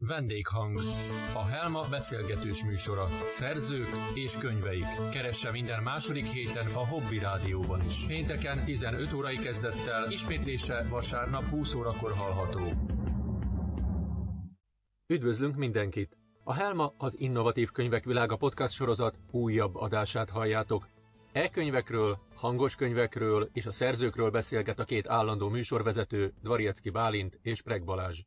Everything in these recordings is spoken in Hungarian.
Vendéghang. A Helma beszélgetős műsora. Szerzők és könyveik. Keresse minden második héten a Hobby Rádióban is. Pénteken 15 órai kezdettel, ismétlése vasárnap 20 órakor hallható. Üdvözlünk mindenkit! A Helma az Innovatív Könyvek Világa podcast sorozat újabb adását halljátok. E-könyvekről, hangos könyvekről és a szerzőkről beszélget a két állandó műsorvezető, Dvariecki Bálint és Preg Balázs.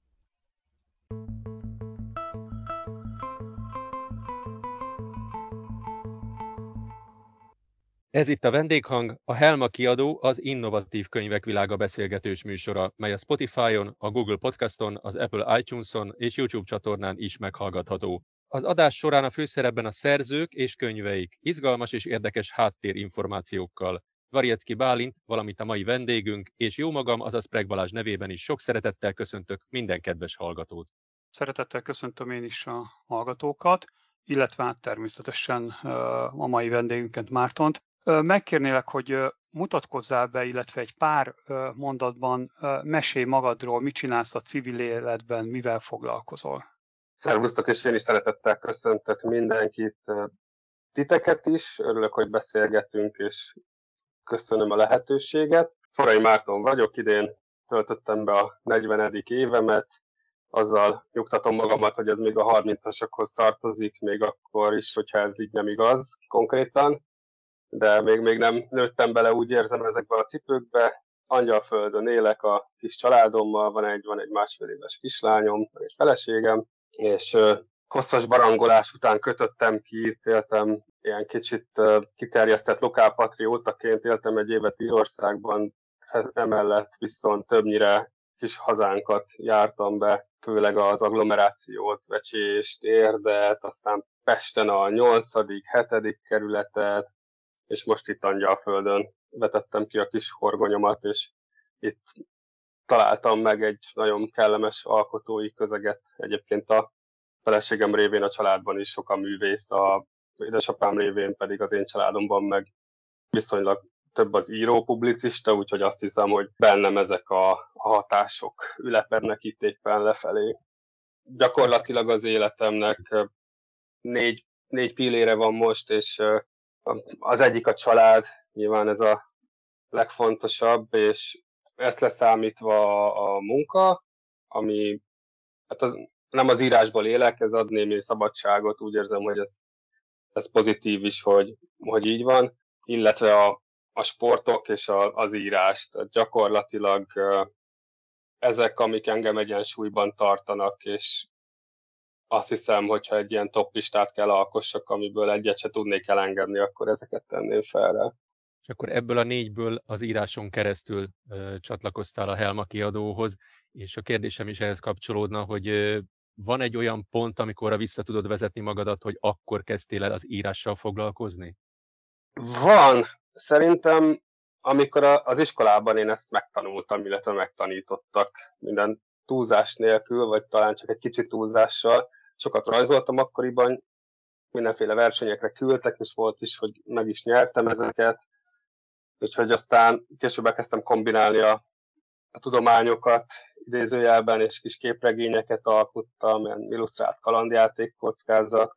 Ez itt a Vendéghang, a Helma kiadó az Innovatív Könyvek Világa beszélgetős műsora, mely a Spotify-on, a Google Podcaston, az Apple iTunes-on és YouTube csatornán is meghallgatható. Az adás során a főszerepben a szerzők és könyveik, izgalmas és érdekes háttérinformációkkal. Dvariecki Bálint, valamint a mai vendégünk, és jómagam, azaz Preg Balázs nevében is sok szeretettel köszöntök minden kedves hallgatót. Szeretettel köszöntöm én is a hallgatókat, illetve természetesen a mai vendégünket, Mártont. Megkérnélek, hogy mutatkozzál be, illetve egy pár mondatban mesélj magadról, mit csinálsz a civil életben, mivel foglalkozol. Szervusztok, és én is szeretettel köszöntök mindenkit, titeket is. Örülök, hogy beszélgetünk, és köszönöm a lehetőséget. Forrai Márton vagyok, idén töltöttem be a 40. évemet. Azzal nyugtatom magamat, hogy ez még a 30-asokhoz tartozik, még akkor is, hogyha ez így nem igaz konkrétan. De még nem nőttem bele, úgy érzem, ezekbe a cipőkbe. Angyalföldön élek a kis családommal, van egy 1,5 éves kislányom, és feleségem, és hosszas barangolás után kötöttem ki, éltem ilyen kicsit kiterjesztett lokálpatriótaként, éltem egy évet Írországban, emellett viszont többnyire kis hazánkat jártam be, főleg az agglomerációt, Vecsést, Érdet, aztán Pesten a 8., 7. kerületet, és most itt Angyalföldön vetettem ki a kis horgonyomat, és itt találtam meg egy nagyon kellemes alkotói közeget. Egyébként a feleségem révén a családban is sok a művész, a édesapám révén pedig az én családomban meg viszonylag több az író, publicista, úgyhogy azt hiszem, hogy bennem ezek a hatások ülepednek itt éppen lefelé. Gyakorlatilag az életemnek négy pillére van most, és az egyik a család, nyilván ez a legfontosabb, és ezt leszámítva a munka, ami hát nem az írásból élek, ez ad némi szabadságot, úgy érzem, hogy ez pozitív is, hogy így van, illetve a sportok és az írás. Tehát gyakorlatilag ezek, amik engem egyensúlyban tartanak, és azt hiszem, hogyha egy ilyen top listát kell alkossak, amiből egyet se tudnék elengedni, akkor ezeket tenném fel rá. És akkor ebből a 4-ből az íráson keresztül csatlakoztál a Helma kiadóhoz, és a kérdésem is ehhez kapcsolódna, hogy van egy olyan pont, amikorra vissza tudod vezetni magadat, hogy akkor kezdtél el az írással foglalkozni? Van. Szerintem, amikor az iskolában én ezt megtanultam, illetve megtanítottak minden túlzás nélkül, vagy talán csak egy kicsit túlzással. Sokat rajzoltam akkoriban, mindenféle versenyekre küldtek, és volt is, hogy meg is nyertem ezeket. Úgyhogy aztán később elkezdtem kombinálni a tudományokat idézőjelben, és kis képregényeket alkottam, ilyen illusztrált kalandjáték, kockázat,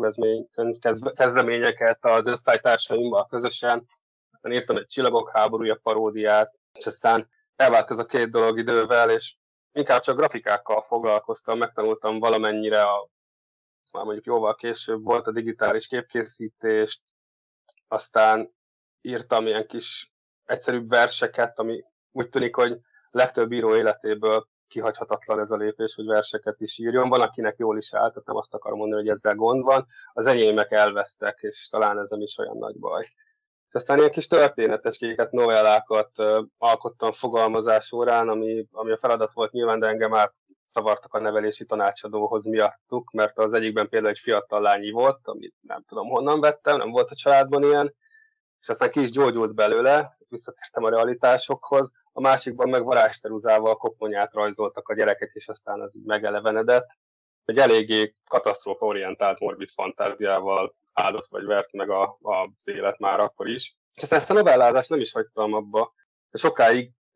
könyvkezdeményeket az osztálytársaimmal közösen. Aztán írtam egy Csillagok háborúja paródiát, és aztán elvált ez a két dolog idővel, és inkább csak grafikákkal foglalkoztam, megtanultam valamennyire, már mondjuk jóval később volt a digitális képkészítést, aztán írtam ilyen kis egyszerűbb verseket, ami úgy tűnik, hogy legtöbb író életéből kihagyhatatlan ez a lépés, hogy verseket is írjon. Van, akinek jól is áll, tehát nem azt akarom mondani, hogy ezzel gond van. Az enyémek elvesztek, és talán ez nem is olyan nagy baj. És aztán ilyen kis történeteskéket, novellákat alkottam fogalmazás órán, ami a feladat volt nyilván, de engem szavartak a nevelési tanácsadóhoz miattuk, mert az egyikben például egy fiatal lányi volt, amit nem tudom honnan vettem, nem volt a családban ilyen, és aztán ki is gyógyult belőle, visszatértem a realitásokhoz, a másikban meg varázsteruzával koponyát rajzoltak a gyerekek, és aztán az így megelevenedett, hogy eléggé katasztrófa-orientált morbid fantáziával áldott vagy vert meg az élet már akkor is. És aztán ezt a novellázást nem is hagytam abba. Sokáig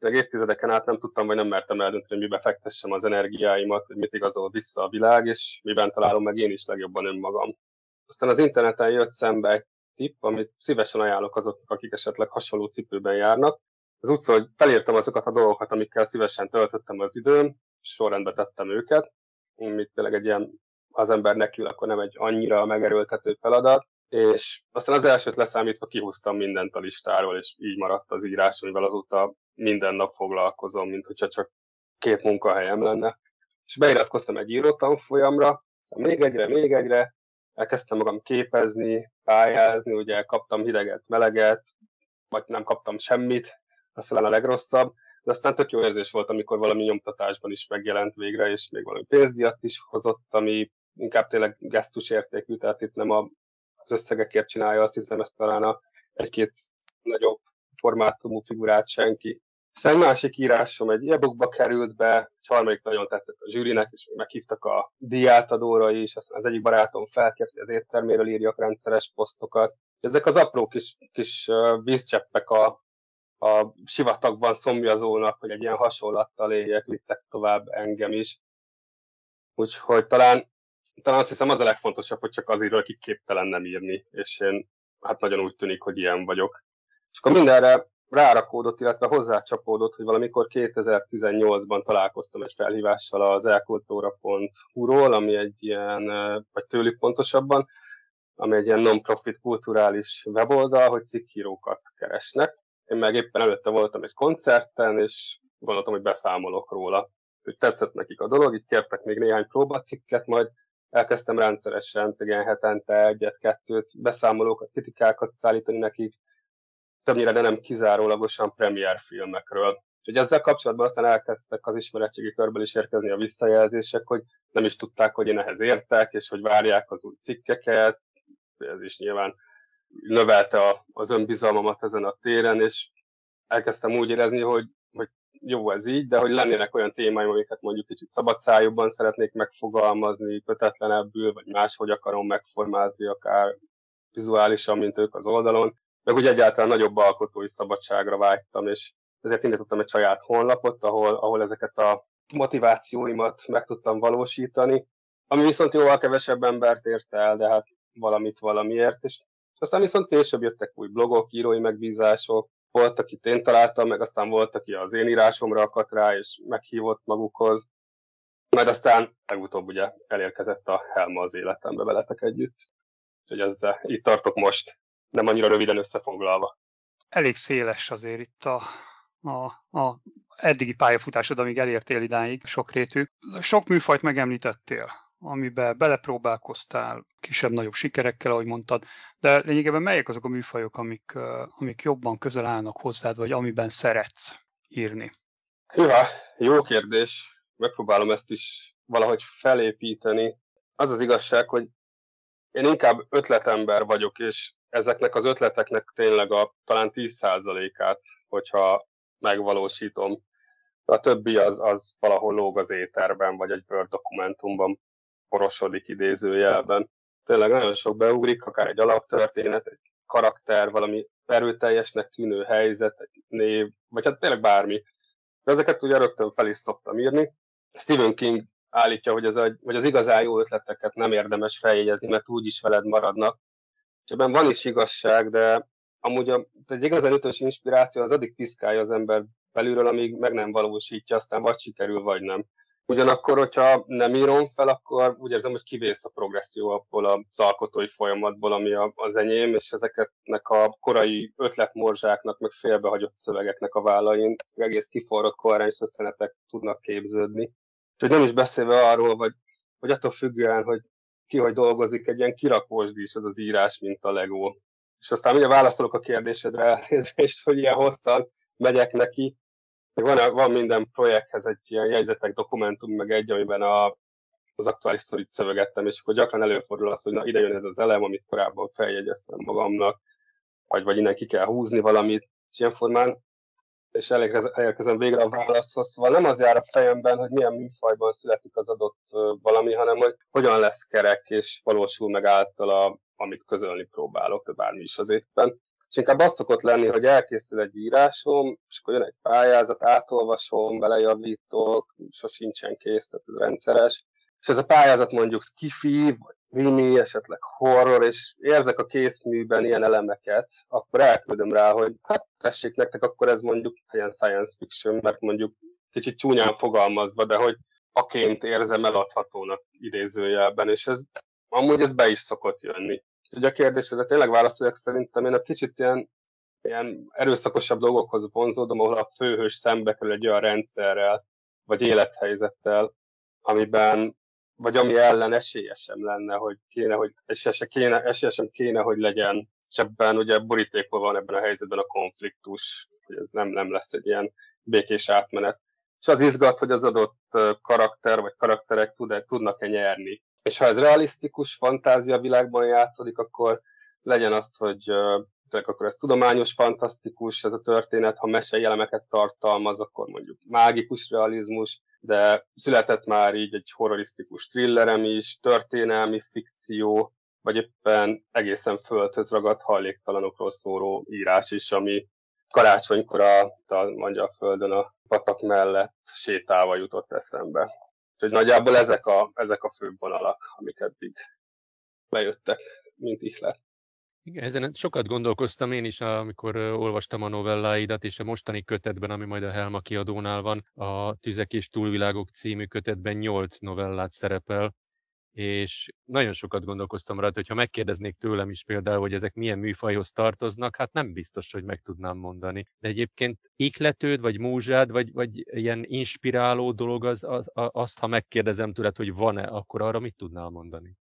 meg évtizedeken át nem tudtam, vagy nem mertem eldönteni, hogy mibe fektessem az energiáimat, hogy mit igazol vissza a világ, és miben találom meg én is legjobban önmagam. Aztán az interneten jött szembe egy tipp, amit szívesen ajánlok azoknak, akik esetleg hasonló cipőben járnak. Az úgy szól, hogy felírtam azokat a dolgokat, amikkel szívesen töltöttem az időm, sorrendbe tettem őket, amit tényleg egy ilyen, az ember nekiül, akkor nem egy annyira megerőltető feladat, és aztán az elsőt leszámítva kihúztam mindent a listáról, és így maradt az írás, amivel azóta minden nap foglalkozom, mint hogyha csak 2 munkahelyem lenne. És beiratkoztam egy írótanfolyamra, aztán még egyre, elkezdtem magam képezni, pályázni, ugye kaptam hideget, meleget, vagy nem kaptam semmit, aztán a legrosszabb, de aztán tök jó érzés volt, amikor valami nyomtatásban is megjelent végre, és még valami pénzdíjat is hozott, ami inkább tényleg gesztusértékű, tehát itt nem az összegekért csinálja, azt hiszem, ezt talán egy-két nagyobb formátumú figurát senki. Aztán egy másik írásom egy e-bookba került be, egy harmadik nagyon tetszett a zsűrinek, és meghívtak a díjátadóra is, aztán az egyik barátom felkért, hogy az étterméről írjak rendszeres posztokat. Ezek az apró kis vízcseppek a sivatagban szomjazónak, hogy egy ilyen hasonlattal éljek, vittek tovább engem is. Úgyhogy talán azt hiszem az a legfontosabb, hogy csak azért, akik képtelen nem írni, és én hát nagyon úgy tűnik, hogy ilyen vagyok. És akkor mindenre rárakódott, illetve hozzácsapódott, hogy valamikor 2018-ban találkoztam egy felhívással az elkultura.hu-ról, ami egy ilyen, vagy tőlük pontosabban, ami egy ilyen non-profit kulturális weboldal, hogy cikkírókat keresnek. Én meg éppen előtte voltam egy koncerten, és gondoltam, hogy beszámolok róla. Úgy tetszett nekik a dolog, így kértek még néhány próbacikket, majd elkezdtem rendszeresen, ilyen hetente egyet-kettőt beszámolókat, kritikákat szállítani nekik, többnyire, de nem kizárólagosan premier filmekről. Úgyhogy ezzel kapcsolatban aztán elkezdtek az ismeretségi körből is érkezni a visszajelzések, hogy nem is tudták, hogy én ehhez értek, és hogy várják az új cikkeket. Ez is nyilván növelte az önbizalmamat ezen a téren, és elkezdtem úgy érezni, hogy jó ez így, de hogy lennének olyan témáim, amiket mondjuk kicsit szabadszájúbban szeretnék megfogalmazni, kötetlenebbül, vagy máshogy akarom megformázni, akár vizuálisan, mint ők az oldalon. Meg úgy egyáltalán nagyobb alkotói szabadságra vágytam, és ezért indítottam egy saját honlapot, ahol ezeket a motivációimat meg tudtam valósítani, ami viszont jóval kevesebb embert ért el, de hát valamit valamiért, és aztán viszont később jöttek új blogok, írói megbízások, volt, akit én találtam, meg aztán volt, aki az én írásomra akadt rá, és meghívott magukhoz. Majd aztán legutóbb ugye elérkezett a Helma az életembe veletek együtt. Úgyhogy ezzel itt tartok most, nem annyira röviden összefoglalva. Elég széles azért itt a eddigi pályafutásod, amíg elértél idáig, sokrétű. Sok műfajt megemlítettél, amiben belepróbálkoztál, kisebb-nagyobb sikerekkel, ahogy mondtad, de lényegében melyek azok a műfajok, amik jobban közel állnak hozzád, vagy amiben szeretsz írni? Hűha, jó kérdés. Megpróbálom ezt is valahogy felépíteni. Az az igazság, hogy én inkább ötletember vagyok, és ezeknek az ötleteknek tényleg talán 10%-át, hogyha megvalósítom. A többi az valahol lóg az éterben, vagy egy Word dokumentumban porosodik idézőjelben. Tényleg nagyon sok beugrik, akár egy alaptörténet, egy karakter, valami erőteljesnek tűnő helyzet, egy név, vagy hát tényleg bármi. De ezeket ugye rögtön fel is szoktam írni. Stephen King állítja, hogy az igazán jó ötleteket nem érdemes feljegyezni, mert úgyis veled maradnak. És ebben van is igazság, de amúgy egy igazán ütős inspiráció az addig piszkálja az ember belülről, amíg meg nem valósítja, aztán vagy sikerül, vagy nem. Ugyanakkor, hogyha nem írom fel, akkor úgy érzem, hogy kivész a progresszió abból az alkotói folyamatból, ami az enyém, és ezeknek a korai ötletmorzsáknak, meg félbehagyott szövegeknek a vállain egész kiforrott koherens összenetek tudnak képződni. Úgyhogy nem is beszélve arról, hogy attól függően, hogy ki hogy dolgozik, egy ilyen kirakósdísz az írás, mint a Lego. És aztán ugye válaszolok a kérdésedre, elnézést, hogy ilyen hosszan megyek neki. Van minden projekthez egy ilyen jegyzetek, dokumentum, meg egy, amiben az aktuális sztorit szövegettem, és akkor gyakran előfordul az, hogy na, ide jön ez az elem, amit korábban feljegyeztem magamnak, vagy innen ki kell húzni valamit, és ilyen formán, és elérkezem végre a válaszhoz. Szóval nem az jár a fejemben, hogy milyen műfajban születik az adott valami, hanem hogy hogyan lesz kerek, és valósul meg általa, amit közölni próbálok, de bármi is az éppen. És inkább az szokott lenni, hogy elkészül egy írásom, és akkor jön egy pályázat, átolvasom, belejavítok, sosincsen kész, tehát ez rendszeres. És ez a pályázat mondjuk sci-fi, vagy krimi, esetleg horror, és érzek a készműben ilyen elemeket, akkor elküldöm rá, hogy hát tessék nektek, akkor ez mondjuk ilyen science fiction, mert mondjuk kicsit csúnyán fogalmazva, de hogy aként érzem eladhatónak idézőjelben, és amúgy ez be is szokott jönni. Ugye a kérdésre tényleg válaszoljak, szerintem én a kicsit ilyen erőszakosabb dolgokhoz vonzódom, ahol a főhős szembe kerül egy olyan rendszerrel, vagy élethelyzettel, amiben, vagy ami ellen esélyesem lenne, hogy esélyesem kéne, hogy legyen, és ebben ugye borítékban van ebben a helyzetben a konfliktus, hogy ez nem lesz egy ilyen békés átmenet. És az izgat, hogy az adott karakter, vagy karakterek tudnak-e nyerni. És ha ez realisztikus fantázia világban játszódik, akkor legyen azt, hogy akkor ez tudományos, fantasztikus ez a történet, ha mesei elemeket tartalmaz, akkor mondjuk mágikus realizmus, de született már így egy horrorisztikus thrillerem is, történelmi fikció, vagy éppen egészen földhöz ragadt hajléktalanokról szóló írás is, ami karácsonykor a Angyalföldön a patak mellett sétálva jutott eszembe. Úgyhogy nagyjából ezek a főbb vonalak, amik eddig lejöttek, mint ihlet. Igen, ezen sokat gondolkoztam én is, amikor olvastam a novelláidat, és a mostani kötetben, ami majd a Helma kiadónál van, a Tüzek és túlvilágok című kötetben 8 novellát szerepel, és nagyon sokat gondolkoztam rá, hogyha megkérdeznék tőlem is például, hogy ezek milyen műfajhoz tartoznak, hát nem biztos, hogy meg tudnám mondani. De egyébként ihletőd, vagy múzsád, vagy ilyen inspiráló dolog, azt, ha megkérdezem tőled, hogy van-e, akkor arra mit tudnál mondani?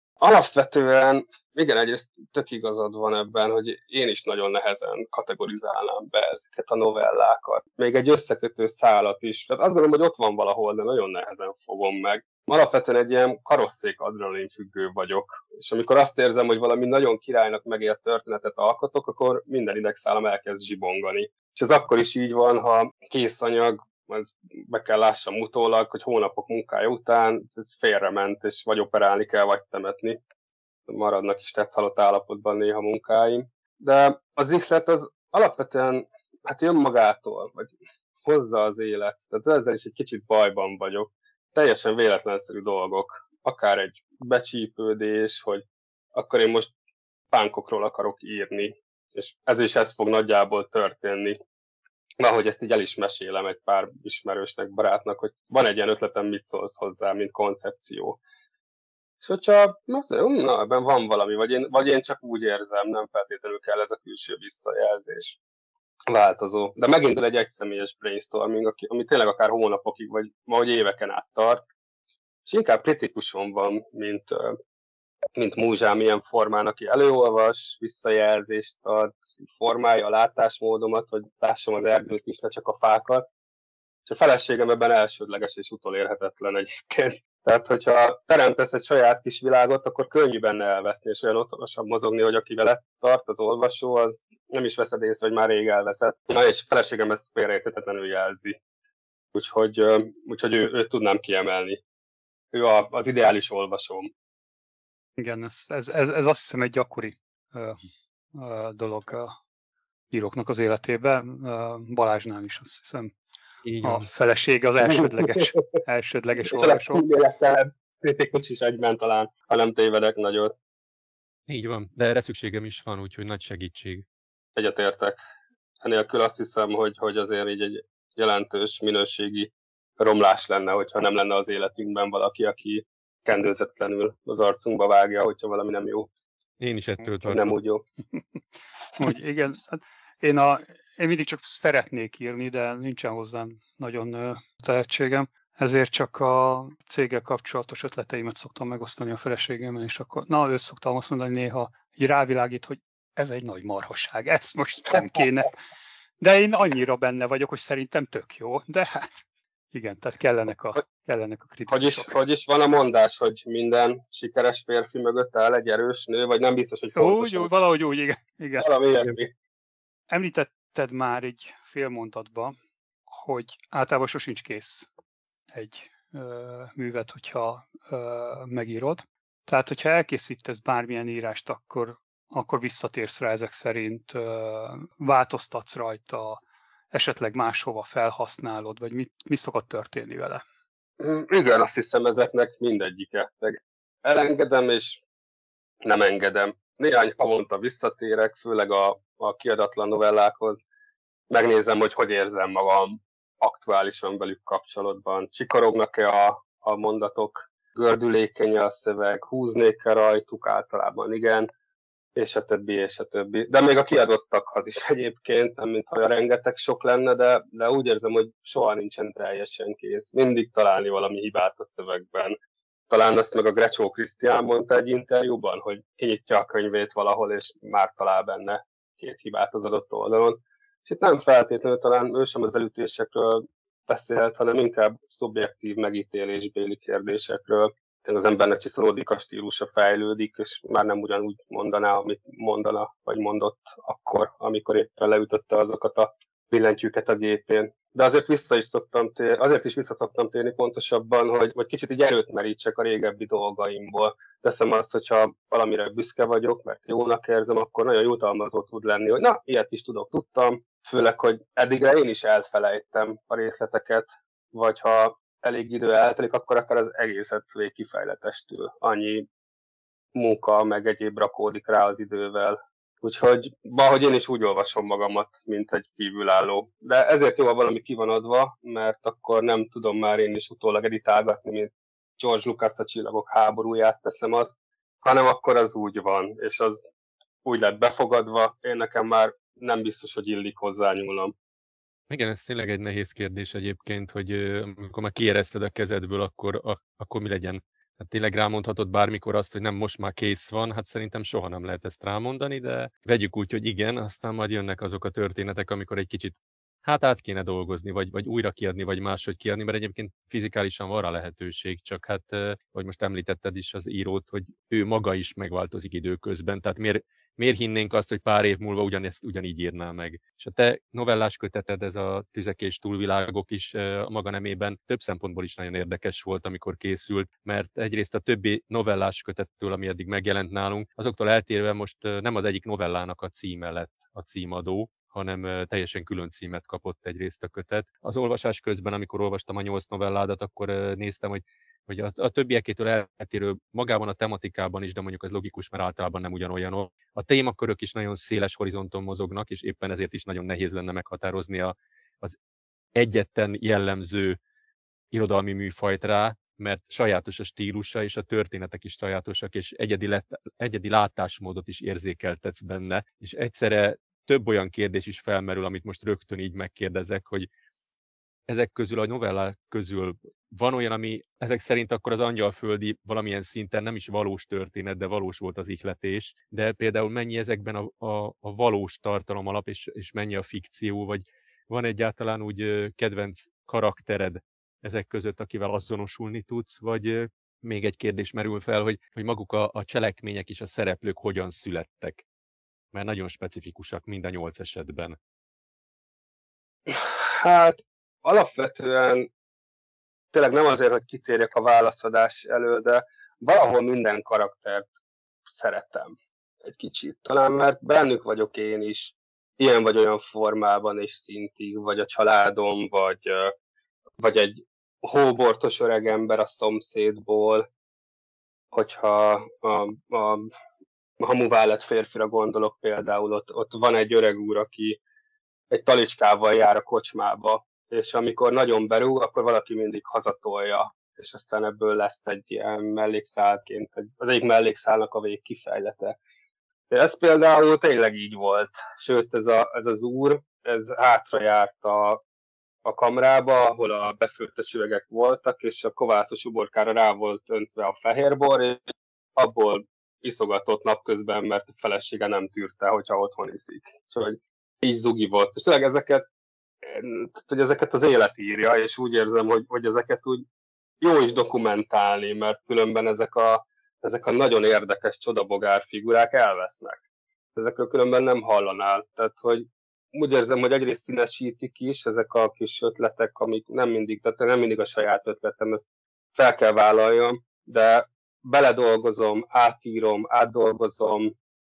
Alapvetően, igen, egyrészt tök igazad van ebben, hogy én is nagyon nehezen kategorizálnám be ezeket a novellákat. Még egy összekötő szálat is. Tehát azt gondolom, hogy ott van valahol, de nagyon nehezen fogom meg. Alapvetően egy ilyen karosszék adrenalin függő vagyok. És amikor azt érzem, hogy valami nagyon királynak megélt történetet alkotok, akkor minden idegszálam elkezd zsibongani. És ez akkor is így van, ha készanyag, az be kell lássam utólag, hogy hónapok munkája után ez félrement, és vagy operálni kell, vagy temetni. Maradnak is tetszhalott állapotban néha munkáim. De az ihlet az alapvetően hát jön magától, vagy hozza az élet. Tehát ezzel is egy kicsit bajban vagyok. Teljesen véletlenszerű dolgok. Akár egy becsípődés, hogy akkor én most pánkokról akarok írni. És ez fog nagyjából történni. Ahogy ezt így el is mesélem egy pár ismerősnek, barátnak, hogy van egy ilyen ötletem, mit szólsz hozzá, mint koncepció. És hogyha ebben van valami, vagy én csak úgy érzem, nem feltétlenül kell ez a külső visszajelzés. Változó. De megint egy egyszemélyes brainstorming, ami tényleg akár hónapokig, vagy éveken át tart. És inkább kritikuson van, mint múzsám ilyen formán, aki előolvas, visszajelzést ad, formálja a látásmódomat, hogy lássam az erdőt is, ne csak a fákat. És a feleségem ebben elsődleges és utolérhetetlen egyébként. Tehát, hogyha teremtesz egy saját kis világot, akkor könnyű benne elveszni, és olyan otthonosan mozogni, hogy aki vele tart, az olvasó, az nem is veszed észre, hogy már rég elveszett. Na, és a feleségem ezt félreérthetetlenül jelzi. Úgyhogy őt tudnám kiemelni. Ő az ideális olvasóm. Igen, ez azt hiszem egy gyakori dolog a íróknak az életében. Balázsnál is azt hiszem. Így a van. felesége az elsődleges olvasó. Kritikus is egyben talán, ha nem tévedek nagyot. Így van, de erre szükségem is van, úgyhogy nagy segítség. Egyetértek. Enélkül azt hiszem, hogy azért így egy jelentős minőségi romlás lenne, hogyha nem lenne az életünkben valaki, aki kendőzetlenül az arcunkba vágja, hogyha valami nem jó. Én is ettől tartok. Nem úgy jó. Úgy, igen. Hát én mindig csak szeretnék írni, de nincsen hozzám nagyon tehetségem. Ezért csak a céggel kapcsolatos ötleteimet szoktam megosztani a feleségemmel, és akkor őt szoktam azt mondani néha, hogy rávilágít, hogy ez egy nagy marhaság, ezt most nem kéne. De én annyira benne vagyok, hogy szerintem tök jó, de hát igen, tehát kellenek a kritikusok. Hogy is van a mondás, hogy minden sikeres férfi mögött áll egy erős nő, vagy nem biztos, hogy pontosan. Úgy, valahogy úgy, igen. Valami ilyesmi. Említetted már egy fél mondatba, hogy általában sosincs kész egy művet, hogyha megírod. Tehát, hogyha elkészítesz bármilyen írást, akkor akkor visszatérsz rá ezek szerint, változtatsz rajta, esetleg máshova felhasználod, vagy mi szokott történni vele? Igen, azt hiszem ezeknek mindegyike. Elengedem és nem engedem. Néhány havonta visszatérek, főleg a kiadatlan novellákhoz. Megnézem, hogy érzem magam aktuálisan velük kapcsolatban. Csikorognak-e a mondatok, gördülékeny a szöveg, húznék-e rajtuk, általában igen, és a többi, és a többi. De még a kiadottakhoz is egyébként, nem mintha olyan rengeteg sok lenne, de úgy érzem, hogy soha nincsen teljesen kész. Mindig találni valami hibát a szövegben. Talán azt meg a Grecsó Krisztián mondta egy interjúban, hogy kinyitja a könyvét valahol, és már talál benne 2 hibát az adott oldalon. És itt nem feltétlenül talán ő sem az elütésekről beszélt, hanem inkább szubjektív megítélésbéli kérdésekről. Az embernek csiszolódik a stílusa, fejlődik, és már nem ugyanúgy mondaná, amit mondana, vagy mondott akkor, amikor éppen leütötte azokat a billentyűket a gépén. De azért azért is vissza szoktam térni pontosabban, hogy kicsit így erőt merítsek a régebbi dolgaimból. Teszem azt, hogyha valamire büszke vagyok, mert jónak érzem, akkor nagyon jutalmazó tud lenni, hogy na, ilyet is tudtam, főleg, hogy eddigre én is elfelejtem a részleteket, vagy ha elég idő eltelik, akkor akár az egészet végkifejletestül. Annyi munka, meg egyéb rakódik rá az idővel. Úgyhogy valahogy én is úgy olvasom magamat, mint egy kívülálló. De ezért jó, ha valami ki van adva, mert akkor nem tudom már én is utólag editálgatni, mint George Lucas a Csillagok háborúját, teszem azt, hanem akkor az úgy van, és az úgy lett befogadva, én nekem már nem biztos, hogy illik hozzányúlnom. Igen, ez tényleg egy nehéz kérdés egyébként, hogy amikor már kiérezted a kezedből, akkor mi legyen? Hát tényleg rámondhatod bármikor azt, hogy nem, most már kész van, hát szerintem soha nem lehet ezt rámondani, de vegyük úgy, hogy igen, aztán majd jönnek azok a történetek, amikor egy kicsit át kéne dolgozni, vagy újra kiadni, vagy máshogy kiadni, mert egyébként fizikálisan van rá lehetőség, csak hát, hogy most említetted is az írót, hogy ő maga is megváltozik időközben, tehát miért hinnénk azt, hogy pár év múlva ugyanígy írná meg. És a te novellás köteted, ez a Tüzek és túlvilágok is a maga nemében több szempontból is nagyon érdekes volt, amikor készült, mert egyrészt a többi novellás kötettől, ami eddig megjelent nálunk, azoktól eltérve most nem az egyik novellának a címe lett a címadó, hanem teljesen külön címet kapott egyrészt a kötet. Az olvasás közben, amikor olvastam a 8 novelládat, akkor néztem, hogy a többiekétől eltérő magában a tematikában is, de mondjuk ez logikus, mert általában nem ugyanolyan. A témakörök is nagyon széles horizonton mozognak, és éppen ezért is nagyon nehéz lenne meghatározni az egyetten jellemző irodalmi műfajt rá, mert sajátos a stílusa, és a történetek is sajátosak, és egyedi látásmódot is érzékeltetsz benne, és egyszerre több olyan kérdés is felmerül, amit most rögtön így megkérdezek, hogy ezek közül, a novellák közül van olyan, ami ezek szerint akkor az angyalföldi valamilyen szinten nem is valós történet, de valós volt az ihletés, de például mennyi ezekben a valós tartalom alap, és mennyi a fikció, vagy van egyáltalán úgy kedvenc karaktered ezek között, akivel azonosulni tudsz, vagy még egy kérdés merül fel, hogy maguk a cselekmények és a szereplők hogyan születtek, mert nagyon specifikusak mind a 8 esetben. Hát alapvetően tényleg nem azért, hogy kitérjek a válaszadás elől, de valahol minden karaktert szeretem egy kicsit. Talán mert bennük vagyok én is, ilyen vagy olyan formában és szintig, vagy a családom, vagy egy hóbortos öreg ember a szomszédból, hogyha a hamuvá lett férfira gondolok például, ott van egy öreg úr, aki egy talicskával jár a kocsmába, és amikor nagyon berúg, akkor valaki mindig hazatolja, és aztán ebből lesz egy ilyen mellékszálként, az egyik mellékszálnak a végkifejlete. De ez például tényleg így volt. Sőt, ez az úr, ez hátra járt a kamrába, ahol a befőttes üvegek voltak, és a kovászos uborkára rá volt öntve a fehérbor, és abból iszogatott napközben, mert a felesége nem tűrte, hogyha otthon iszik. És hogy így zugi volt. És tényleg ezeket az élet írja, és úgy érzem, hogy ezeket úgy jó is dokumentálni, mert különben ezek a nagyon érdekes csodabogár figurák elvesznek. Ezekről különben nem hallanál. Tehát, hogy úgy érzem, hogy egyrészt színesítik is ezek a kis ötletek, amik nem mindig a saját ötletem, ezt fel kell vállaljam, de beledolgozom, átírom, átdolgozom,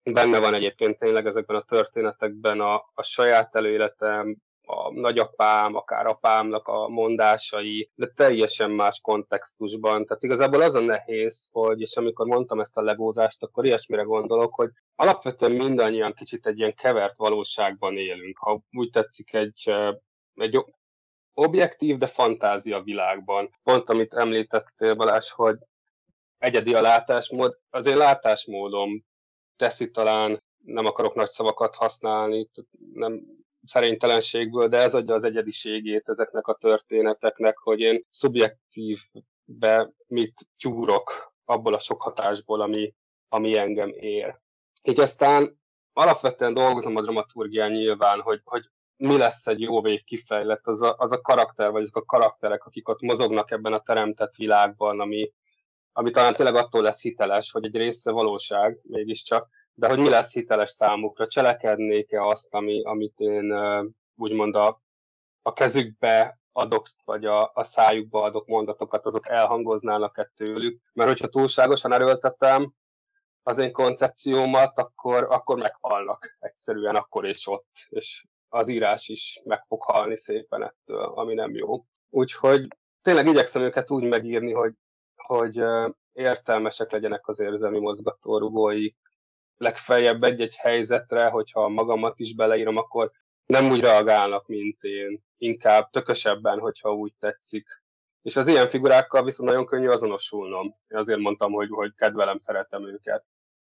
Benne van egyébként tényleg ezekben a történetekben a saját előéletem, a nagyapám, akár apámnak a mondásai, de teljesen más kontextusban. Tehát igazából az a nehéz, hogy, és amikor mondtam ezt a legózást, akkor ilyesmire gondolok, hogy alapvetően mindannyian kicsit egy ilyen kevert valóságban élünk. Ha úgy tetszik, egy objektív, de fantázia világban. Pont amit említettél, Balázs, hogy egyedi a látásmód, az én látásmódom teszi talán, nem akarok nagy szavakat használni, nem szerénytelenségből, de ez adja az egyediségét ezeknek a történeteknek, hogy én szubjektívbe mit tyúrok abból a sok hatásból, ami engem ér. Így aztán alapvetően dolgozom a dramaturgián nyilván, hogy mi lesz egy jó vég kifejlett, az a karakter, vagy azok a karakterek, akik ott mozognak ebben a teremtett világban, ami talán tényleg attól lesz hiteles, hogy egy része valóság mégiscsak, de hogy mi lesz hiteles számukra, cselekednék-e azt, amit én úgymond a kezükbe adok, vagy a szájukba adok mondatokat, azok elhangoznának-e tőlük, mert hogyha túlságosan erőltetem az én koncepciómat, akkor meghalnak egyszerűen akkor és ott, és az írás is meg fog halni szépen ettől, ami nem jó. Úgyhogy tényleg igyekszem őket úgy megírni, hogy értelmesek legyenek az érzelmi mozgatórugói. Legfeljebb egy-egy helyzetre, hogyha magamat is beleírom, akkor nem úgy reagálnak, mint én. Inkább tökösebben, hogyha úgy tetszik. És az ilyen figurákkal viszont nagyon könnyű azonosulnom. Én azért mondtam, hogy kedvelem, szeretem őket.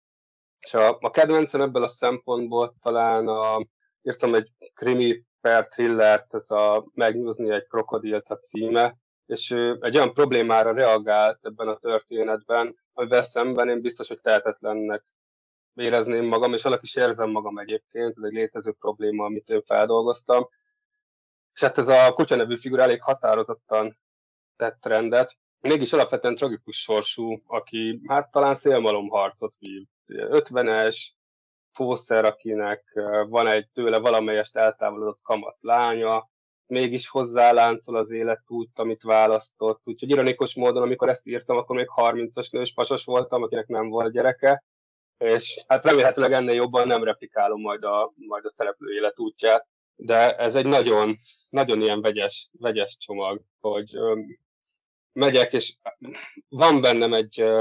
És a kedvencem ebből a szempontból talán írtam egy krimi per thrillert, ez a Megnyúzni egy krokodilt a címe, és ő egy olyan problémára reagált ebben a történetben, amivel szemben én biztos, hogy tehetetlennek érezném magam, és alak is érzem magam egyébként, ez egy létező probléma, amit én feldolgoztam. És hát ez a kutya nevű figura elég határozottan tett rendet, mégis alapvetően tragikus sorsú, aki hát talán szélmalomharcot vív. 50-es, fószer, akinek van egy tőle valamelyest eltávolodott kamasz lánya, mégis hozzáláncol az életút, amit választott. Úgyhogy ironikus módon, amikor ezt írtam, akkor még 30-as nős pasas voltam, akinek nem volt gyereke, és hát remélhetőleg ennél jobban nem replikálom majd a szereplő életútját, de ez egy nagyon, nagyon ilyen vegyes csomag, hogy megyek, és van bennem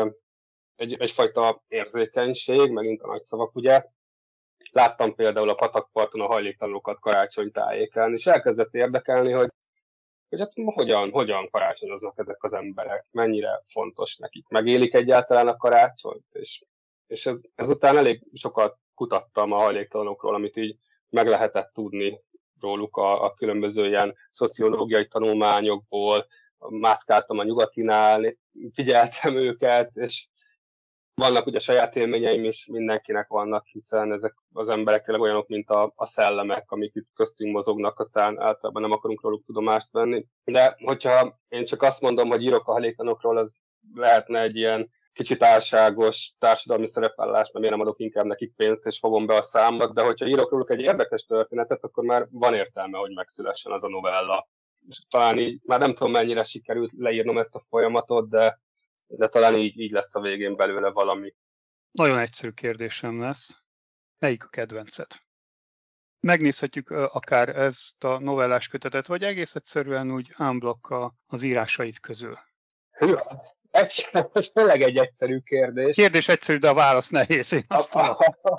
egyfajta érzékenység, megint a nagy szavak, ugye. Láttam például a patakparton a hajléktalanokat karácsonytájéken, és elkezdett érdekelni, hogy hát hogyan karácsonyoznak ezek az emberek, mennyire fontos nekik, megélik egyáltalán a karácsonyt, és ezután elég sokat kutattam a hajléktalanokról, amit így meg lehetett tudni róluk a különböző ilyen szociológiai tanulmányokból, mászkáltam a Nyugatinál, figyeltem őket, és vannak ugye saját élményeim is, mindenkinek vannak, hiszen ezek az emberek tényleg olyanok, mint a szellemek, amik itt köztünk mozognak, aztán általában nem akarunk róluk tudomást venni. De hogyha én csak azt mondom, hogy írok a hajléktalanokról, az lehetne egy ilyen kicsit álságos társadalmi szerepvállás, mert miért nem adok inkább nekik pénzt, és fogom be a számot, de hogyha írok róluk egy érdekes történetet, akkor már van értelme, hogy megszülessen az a novella. És talán így, már nem tudom mennyire sikerült leírnom ezt a folyamatot, de talán így lesz a végén belőle valami. Nagyon egyszerű kérdésem lesz. Melyik a kedvenced? Megnézhetjük akár ezt a novellás kötetet, vagy egész egyszerűen úgy unblock az írásaid közül. Hűha, ez tényleg egy egyszerű kérdés. Kérdés egyszerű, de a válasz nehéz, én azt tudom.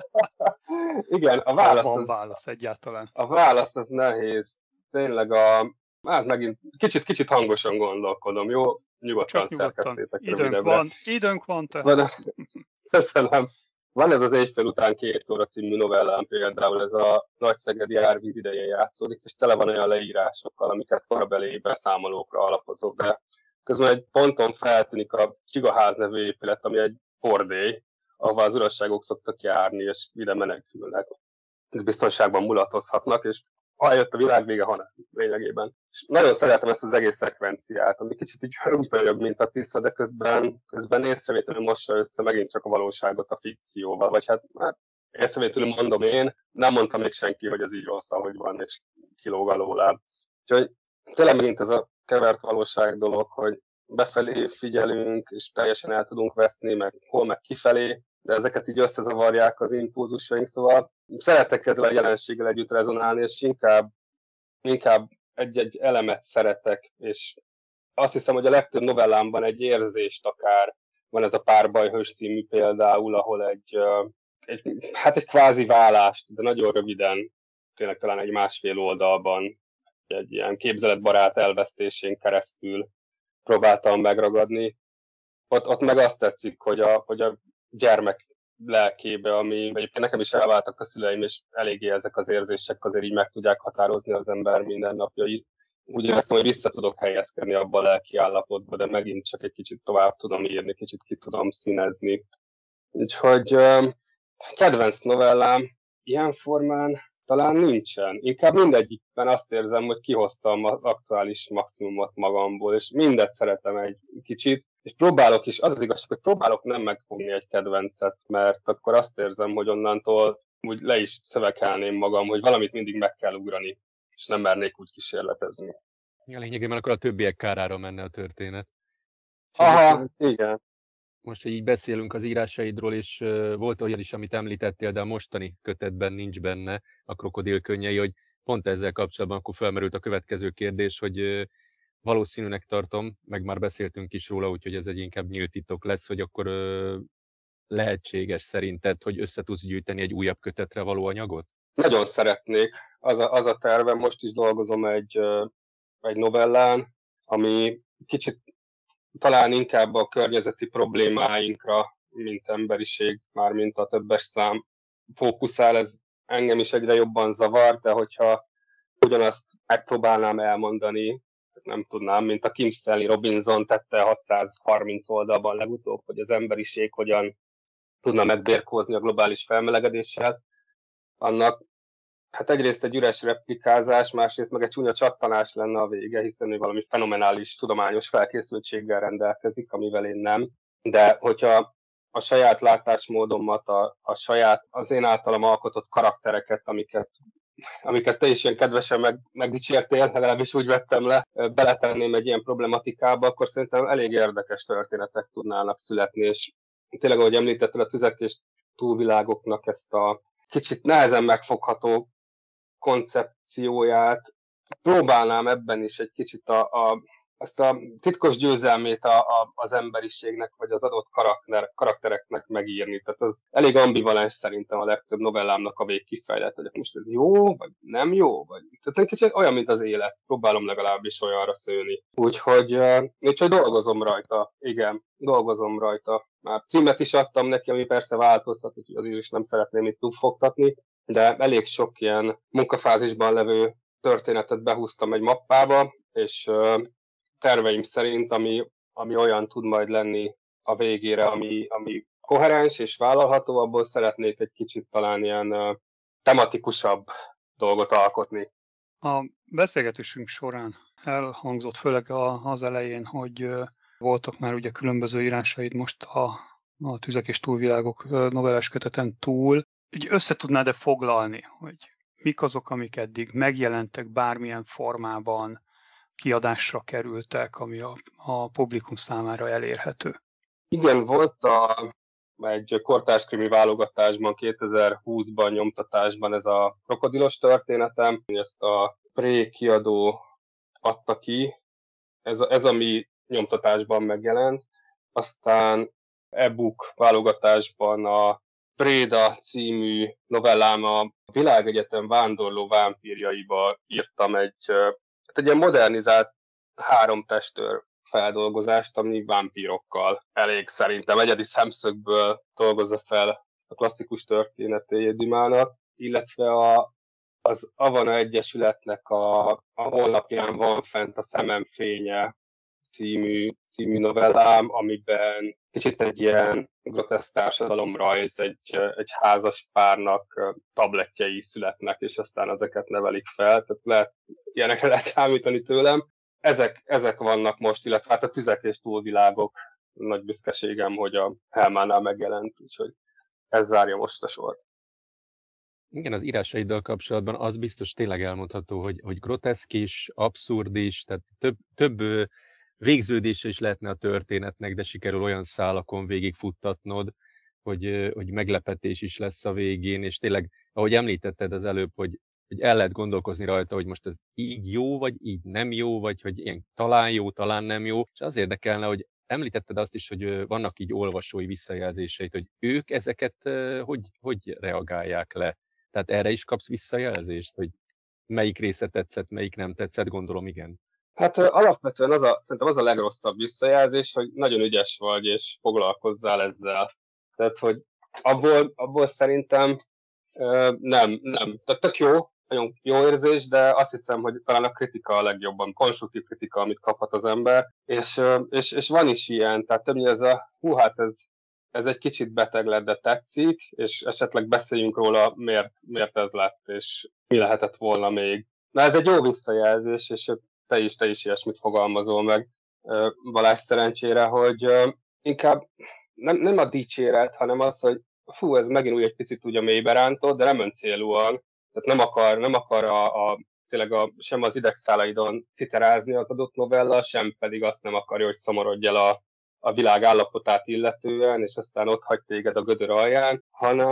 Igen, a válasz van válasz egyáltalán. A válasz az nehéz. Tényleg hát megint kicsit hangosan gondolkodom, jó? Nyugodtan szerkesztétek rövidebbre. Időnk van te. Köszönöm. Van ez az Éjfél után 2 óra című novellám például, ez a nagyszegedi árvíz idején játszódik, és tele van olyan leírásokkal, amiket korabeli beszámolókra alapozok, de közben egy ponton feltűnik a Csigaház nevű épület, ami egy bordély, ahova az uradságok szoktak járni, és ide menekülnek. Biztonságban mulatozhatnak, és ha jött a világ vége, ha nem, lényegében. És nagyon szeretem ezt az egész szekvenciát, ami kicsit így úgy mint a Tisza, de közben észrevétlenül mossa össze megint csak a valóságot a fikcióval, vagy hát észrevétlenül mondom én, nem mondta még senki, hogy ez így rossz, ahogy van, és kilóg alóláb. Úgyhogy tényleg megint ez a kevert valóság dolog, hogy befelé figyelünk, és teljesen el tudunk veszni, meg hol meg kifelé, de ezeket így összezavarják az impulzusaink, szóval szeretek ezzel a jelenséggel együtt rezonálni, és inkább egy elemet szeretek, és azt hiszem, hogy a legtöbb novellámban egy érzést akár, van ez a Párbajhős című például, ahol egy kvázi válást, de nagyon röviden, tényleg talán egy másfél oldalban, egy ilyen képzeletbarát elvesztésén keresztül próbáltam megragadni. Ott meg azt tetszik, hogy a gyermek lelkébe, ami egyébként nekem is elváltak a szüleim, és eléggé ezek az érzések azért így meg tudják határozni az ember mindennapjait. Úgy éreztem, hogy vissza tudok helyezkedni abba a lelki állapotba, de megint csak egy kicsit tovább tudom írni, kicsit ki tudom színezni. Úgyhogy kedvenc novellám ilyen formán talán nincsen. Inkább mindegyikben azt érzem, hogy kihoztam az aktuális maximumot magamból, és mindet szeretem egy kicsit, és próbálok is, az igazság, hogy próbálok nem megfogni egy kedvencet, mert akkor azt érzem, hogy onnantól úgy le is szövekelném magam, hogy valamit mindig meg kell ugrani, és nem mernék úgy kísérletezni. Ja, lényegében akkor a többiek kárára menne a történet. Aha, igen. Most, hogy így beszélünk az írásaidról, és volt olyan is, amit említettél, de a mostani kötetben nincs benne, a Krokodil könnyei, hogy pont ezzel kapcsolatban akkor felmerült a következő kérdés, hogy valószínűnek tartom, meg már beszéltünk is róla, úgyhogy ez egy inkább nyílt titok lesz, hogy akkor lehetséges szerinted, hogy össze tudsz gyűjteni egy újabb kötetre való anyagot? Nagyon szeretnék. Az a tervem, most is dolgozom egy novellán, ami kicsit talán inkább a környezeti problémáinkra, mint emberiség, mármint a többes szám fókuszál, ez engem is egyre jobban zavar, de hogyha ugyanazt megpróbálnám elmondani, nem tudnám, mint a Kim Stanley Robinson tette 630 oldalban legutóbb, hogy az emberiség hogyan tudna megbirkózni a globális felmelegedéssel, annak hát egyrészt egy üres replikázás, másrészt meg egy csúnya csattanás lenne a vége, hiszen ő valami fenomenális tudományos felkészültséggel rendelkezik, amivel én nem. De hogyha a saját látásmódomat, az én általam alkotott karaktereket, amiket te is ilyen kedvesen megdicsértél, legalábbis úgy vettem le, beletenném egy ilyen problematikába, akkor szerintem elég érdekes történetek tudnának születni, és tényleg, ahogy említetted, a tüzek és túlvilágoknak ezt a kicsit nehezen megfogható koncepcióját próbálnám ebben is egy kicsit ezt a titkos győzelmét az emberiségnek, vagy az adott karaktereknek megírni. Tehát az elég ambivalens szerintem a legtöbb novellámnak a végkifejlet, hogy most ez jó, vagy nem jó, vagy... Tehát egy kicsit olyan, mint az élet. Próbálom legalábbis olyanra szőni. Úgyhogy dolgozom rajta. Igen, dolgozom rajta. Már címet is adtam neki, ami persze változtat, úgyhogy azért is nem szeretném itt túlfogtatni, de elég sok ilyen munkafázisban levő történetet behúztam egy mappába, és terveim szerint, ami olyan tud majd lenni a végére, ami koherens és vállalható, abból szeretnék egy kicsit talán ilyen tematikusabb dolgot alkotni. A beszélgetésünk során elhangzott főleg az elején, hogy voltak már ugye különböző írásaid most a Tüzek és túlvilágok novellás köteten túl. Úgy össze tudnád-e foglalni, hogy mik azok, amik eddig megjelentek bármilyen formában, kiadásra kerültek, ami a publikum számára elérhető? Igen, volt egy kortárs krimi válogatásban, 2020-ban nyomtatásban ez a krokodilos történetem, ezt a Pré kiadó adta ki, ez ami nyomtatásban megjelent, aztán e-book válogatásban a Préda című novellám a Világegyetem vándorló vámpírjaiba írtam egy ilyen modernizált 3 testőr feldolgozást, ami vámpírokkal elég szerintem egyedi szemszögből dolgozza fel a klasszikus történetét Dumának, illetve az Avana Egyesületnek a honlapján van fent a Szemem fénye című novellám, amiben kicsit egy ilyen groteszk társadalomrajz, egy házas párnak tablettjei születnek, és aztán ezeket nevelik fel, tehát ilyenekre lehet számítani tőlem. Ezek vannak most, illetve hát a Tüzek és túlvilágok nagy büszkeségem, hogy a Hellmannál megjelent, úgyhogy ez zárja most a sort. Igen, az írásaiddal kapcsolatban az biztos tényleg elmondható, hogy groteszk is, abszurd is, tehát több végződése is lehetne a történetnek, de sikerül olyan szálakon végigfuttatnod, hogy meglepetés is lesz a végén, és tényleg, ahogy említetted az előbb, hogy el lehet gondolkozni rajta, hogy most ez így jó, vagy így nem jó, vagy hogy ilyen talán jó, talán nem jó, és az érdekelne, hogy említetted azt is, hogy vannak így olvasói visszajelzéseit, hogy ők ezeket hogy reagálják le? Tehát erre is kapsz visszajelzést, hogy melyik része tetszett, melyik nem tetszett, gondolom igen. Hát alapvetően szerintem az a legrosszabb visszajelzés, hogy nagyon ügyes vagy, és foglalkozzál ezzel. Tehát, hogy abból szerintem nem. Tehát tök jó, nagyon jó érzés, de azt hiszem, hogy talán a kritika a legjobban, konstruktív kritika, amit kaphat az ember, és van is ilyen, tehát többnyire hát ez egy kicsit beteg lett, de tetszik, és esetleg beszéljünk róla, miért ez lett, és mi lehetett volna még. Na ez egy jó visszajelzés, és te is ilyesmit fogalmazol meg, Balázs, szerencsére, hogy inkább nem a dicséret, hanem az, hogy ez megint úgy egy picit úgy a mélybe rántott, de nem öncélúan, tehát nem akar tényleg sem az idegszálaidon citerázni az adott novella, sem pedig azt nem akarja, hogy szomorodj el a világ állapotát illetően, és aztán ott hagy téged a gödör alján,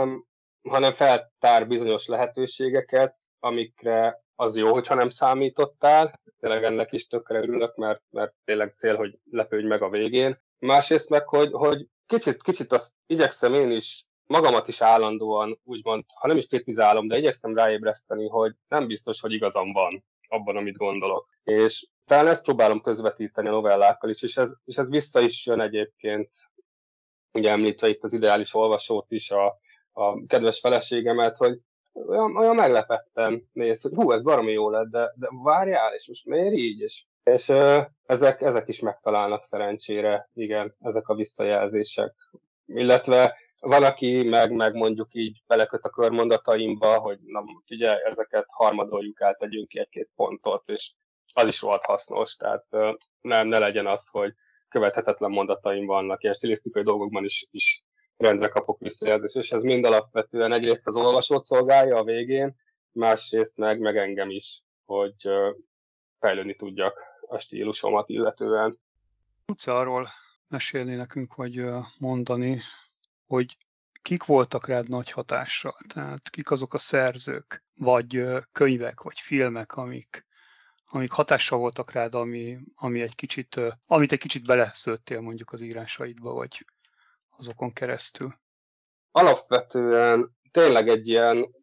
hanem feltár bizonyos lehetőségeket, amikre az jó, hogyha nem számítottál. Tényleg ennek is tökre örülök, mert tényleg cél, hogy lepődj meg a végén. Másrészt meg, hogy kicsit azt igyekszem én is, magamat is állandóan, úgymond, ha nem is kritizálom, de igyekszem ráébreszteni, hogy nem biztos, hogy igazam van abban, amit gondolok. És talán ezt próbálom közvetíteni a novellákkal is, és ez vissza is jön egyébként, ugye említve itt az ideális olvasót is, a kedves feleségemet, hogy olyan meglepetten néz, hogy ez baromi jó lett, de várjál, és most miért így? És ezek is megtalálnak szerencsére, igen, ezek a visszajelzések. Illetve van, aki meg mondjuk így beleköt a körmondataimba, hogy na figyelj, ezeket harmadoljuk át, tegyünk ki egy-két pontot, és az is volt hasznos, tehát ne legyen az, hogy követhetetlen mondataim vannak, ilyen stilisztikai dolgokban is rendre kapok visszajelzést, és ez mind alapvetően egyrészt az olvasót szolgálja a végén, másrészt meg engem is, hogy fejlődni tudjak a stílusomat illetően. Tudsz arról mesélni nekünk, vagy mondani, hogy kik voltak rád nagy hatással? Tehát kik azok a szerzők, vagy könyvek, vagy filmek, amik hatással voltak rád, amit egy kicsit beleszőttél mondjuk az írásaidba, vagy azokon keresztül? Alapvetően tényleg egy ilyen,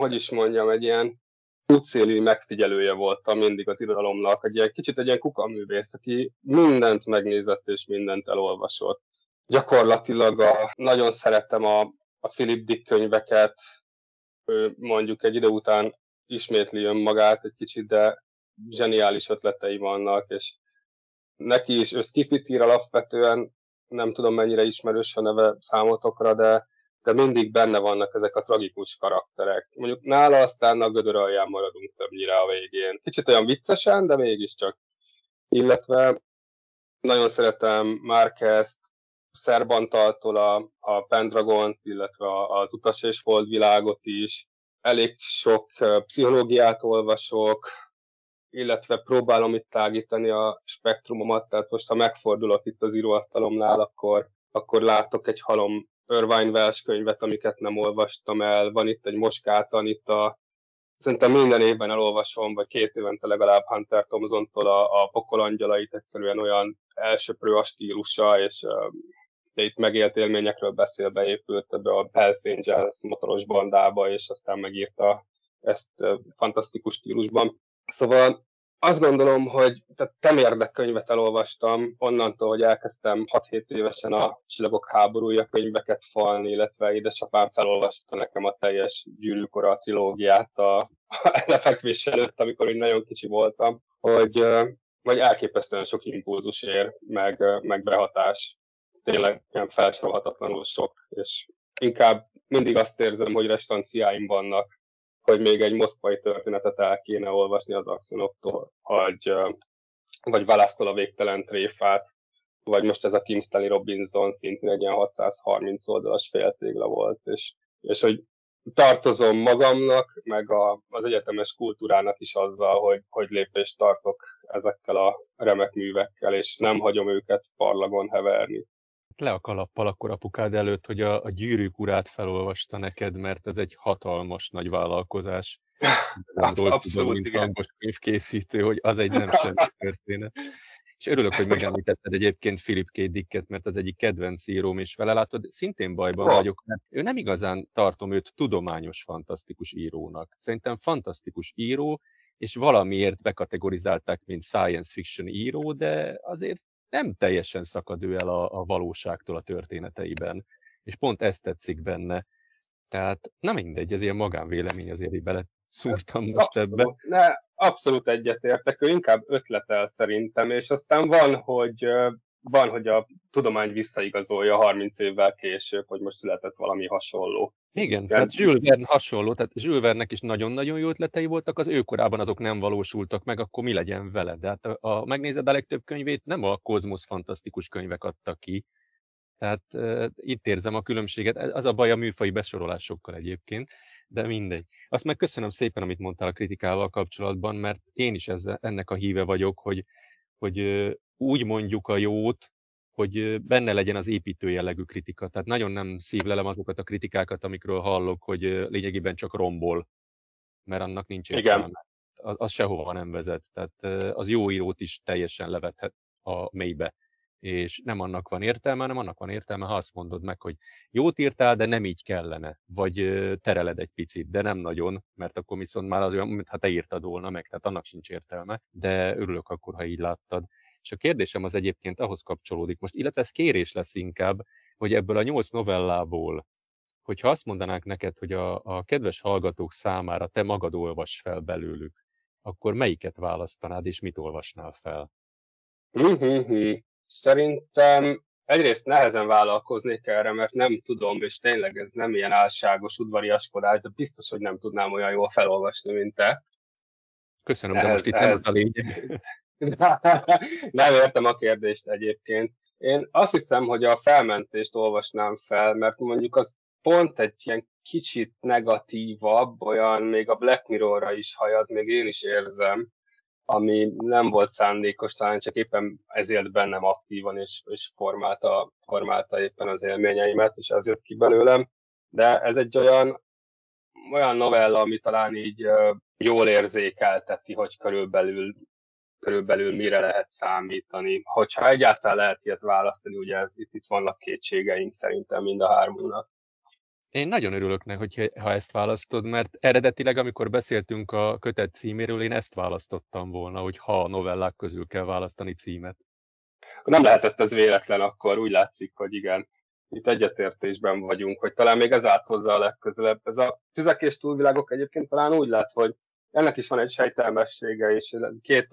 egy ilyen útszéli megfigyelője voltam mindig az irodalomnak, kicsit egy ilyen kukaművész, aki mindent megnézett és mindent elolvasott. Gyakorlatilag nagyon szeretem a Philip Dick könyveket, mondjuk egy idő után ismétli önmagát egy kicsit, de zseniális ötletei vannak, és neki is, ő skifit ír alapvetően, nem tudom mennyire ismerős a neve számotokra, de mindig benne vannak ezek a tragikus karakterek. Mondjuk nála aztán a gödör alján maradunk többnyire a végén. Kicsit olyan viccesen, de mégiscsak. Illetve nagyon szeretem Márquezt, Szerbantaltól a Pendragont, illetve az Utas és Hold világot is. Elég sok pszichológiát olvasok, illetve próbálom itt tágítani a spektrumomat, tehát most ha megfordulok itt az íróasztalomnál, akkor látok egy halom Irvine Welsh könyvet, amiket nem olvastam el, van itt egy Moskátan, szerintem minden évben elolvasom, vagy 2 évente legalább Hunter Thompsontól a Pokol angyalait, egyszerűen olyan elsöprő a stílusa, és itt megélt élményekről beszél, beépült ebbe a Hells Angels motoros bandába, és aztán megírta ezt fantasztikus stílusban. Szóval azt gondolom, hogy temérdek könyvet elolvastam, onnantól, hogy elkezdtem 6-7 évesen a Csillagok háborúja könyveket falni, illetve édesapám felolvasta nekem a teljes Gyűrűkora trilógiát a lefekvés előtt, amikor én nagyon kicsi voltam, hogy elképesztően sok impulzus ér, meg behatás. Tényleg ilyen felsorolhatatlanul sok, és inkább mindig azt érzem, hogy restanciáim vannak, hogy még egy moszkvai történetet el kéne olvasni az Aksionoktól, vagy Wallace-tól a végtelen tréfát, vagy most ez a Kim Stanley Robinson szintén egy ilyen 630 oldalas féltégla volt, és hogy tartozom magamnak, meg az egyetemes kultúrának is azzal, hogy lépést tartok ezekkel a remek művekkel, és nem hagyom őket parlagon heverni. Le a kalappal akkor apukád előtt, hogy a Gyűrűk urát felolvasta neked, mert ez egy hatalmas nagy vállalkozás. Nem ról tudom, Abszolút mint igen. hangos könyvkészítő, hogy az egy nem semmi történet. És örülök, hogy megemlítetted egyébként Philip K. Dicket, mert az egyik kedvenc íróm, és vele látod, szintén bajban vagyok, mert ő nem igazán tartom őt tudományos, fantasztikus írónak. Szerintem fantasztikus író, és valamiért bekategorizálták, mint science fiction író, de azért nem teljesen szakad ő el a valóságtól a történeteiben. És pont ezt tetszik benne. Tehát nem mindegy, ez ilyen magánvélemény, azért így bele szúrtam most ebbe. Abszolút egyetértek, ő inkább ötletel szerintem, és aztán van, hogy a tudomány visszaigazolja 30 évvel később, hogy most született valami hasonló. Igen, tehát Jules Verne hasonló, tehát Jules Verne-nek is nagyon-nagyon jó ötletei voltak, az ő korában azok nem valósultak meg, akkor mi legyen vele? De hát megnézed a legtöbb könyvét, nem a kozmosz fantasztikus könyvek adtak ki, tehát itt érzem a különbséget, az a baj a műfai besorolásokkal egyébként, de mindegy. Azt meg köszönöm szépen, amit mondtál a kritikával kapcsolatban, mert én is ennek a híve vagyok, hogy úgy mondjuk a jót, hogy benne legyen az építő jellegű kritika. Tehát nagyon nem szívlelem azokat a kritikákat, amikről hallok, hogy lényegében csak rombol, mert annak nincs értelme. Igen. Az sehova nem vezet. Tehát az jó írót is teljesen levethet a mélybe. És nem annak van értelme, hanem annak van értelme, ha azt mondod meg, hogy jót írtál, de nem így kellene. Vagy tereled egy picit, de nem nagyon, mert akkor viszont már az olyan, mintha te írtad volna meg, tehát annak sincs értelme. De örülök akkor, ha így láttad. És a kérdésem az egyébként ahhoz kapcsolódik most, illetve ez kérés lesz inkább, hogy ebből a 8 novellából, hogyha azt mondanák neked, hogy a kedves hallgatók számára te magad olvass fel belőlük, akkor melyiket választanád, és mit olvasnál fel? Szerintem egyrészt nehezen vállalkoznék erre, mert nem tudom, és tényleg ez nem ilyen álságos udvariaskodás, de biztos, hogy nem tudnám olyan jól felolvasni, mint te. Köszönöm, de most itt nem az a lényeg. Nem értem a kérdést egyébként. Én azt hiszem, hogy a Felmentést olvasnám fel, mert mondjuk az pont egy ilyen kicsit negatívabb, olyan még a Black Mirrorra is hajaz, még én is érzem, ami nem volt szándékos, talán csak éppen ezért bennem aktívan, és formálta éppen az élményeimet, és ez jött ki belőlem. De ez egy olyan novella, ami talán így jól érzékelteti, hogy körülbelül mire lehet számítani. Hogyha egyáltalán lehet ilyet választani, ugye itt vannak kétségeink szerintem mind a hármunknak. Én nagyon örülök neki, ha ezt választod, mert eredetileg, amikor beszéltünk a kötet címéről, én ezt választottam volna, hogy ha a novellák közül kell választani címet. Nem lehetett ez véletlen akkor, úgy látszik, hogy igen. Itt egyetértésben vagyunk, hogy talán még ez állt hozzá a legközelebb. Ez a Tüzek és túlvilágok egyébként talán úgy lát, hogy ennek is van egy sejtelmessége, és két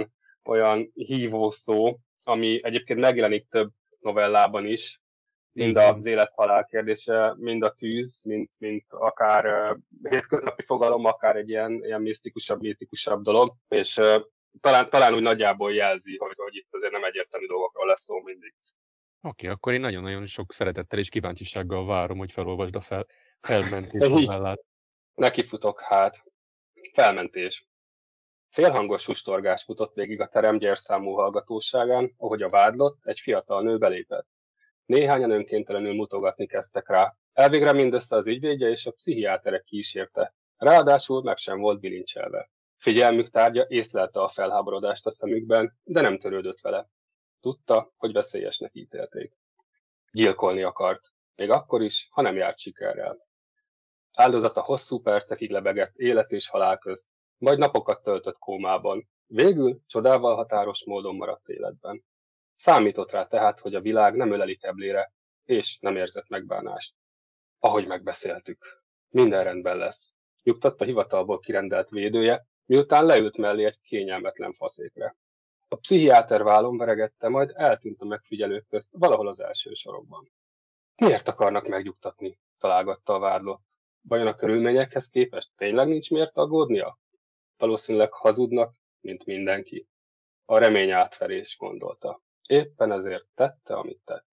olyan hívószó, ami egyébként megjelenik több novellában is, mind az élet-halál kérdése, mind a tűz, mint akár hétköznapi fogalom, akár egy ilyen misztikusabb, mítikusabb dolog, és talán úgy nagyjából jelzi, hogy itt azért nem egyértelmű dolgokról lesz szó mindig. Oké, akkor én nagyon-nagyon sok szeretettel és kíváncsisággal várom, hogy felolvasd a Felmentés novellát. Nekifutok hát. Felmentés. Félhangos sustorgás futott végig a terem gyérszámú hallgatóságán, ahogy a vádlott, egy fiatal nő belépett. Néhányan önkéntelenül mutogatni kezdtek rá. Elvégre mindössze az ügyvédje és a pszichiátere kísérte. Ráadásul meg sem volt bilincselve. Figyelmük tárgya észlelte a felháborodást a szemükben, de nem törődött vele. Tudta, hogy veszélyesnek ítélték. Gyilkolni akart, még akkor is, ha nem járt sikerrel. Áldozata hosszú percekig lebegett élet és halál közt, majd napokat töltött kómában. Végül csodával határos módon maradt életben. Számított rá tehát, hogy a világ nem öleli keblére, és nem érzett megbánást. Ahogy megbeszéltük. Minden rendben lesz. Nyugtatta hivatalból kirendelt védője, miután leült mellé egy kényelmetlen faszékre. A pszichiáter vállon veregette, majd eltűnt a megfigyelők közt valahol az első sorokban. Miért akarnak megnyugtatni? Találgatta a vádlott. Vajon a körülményekhez képest tényleg nincs miért aggódnia? Valószínűleg hazudnak, mint mindenki. A remény átverés, gondolta. Éppen ezért tette, amit tett.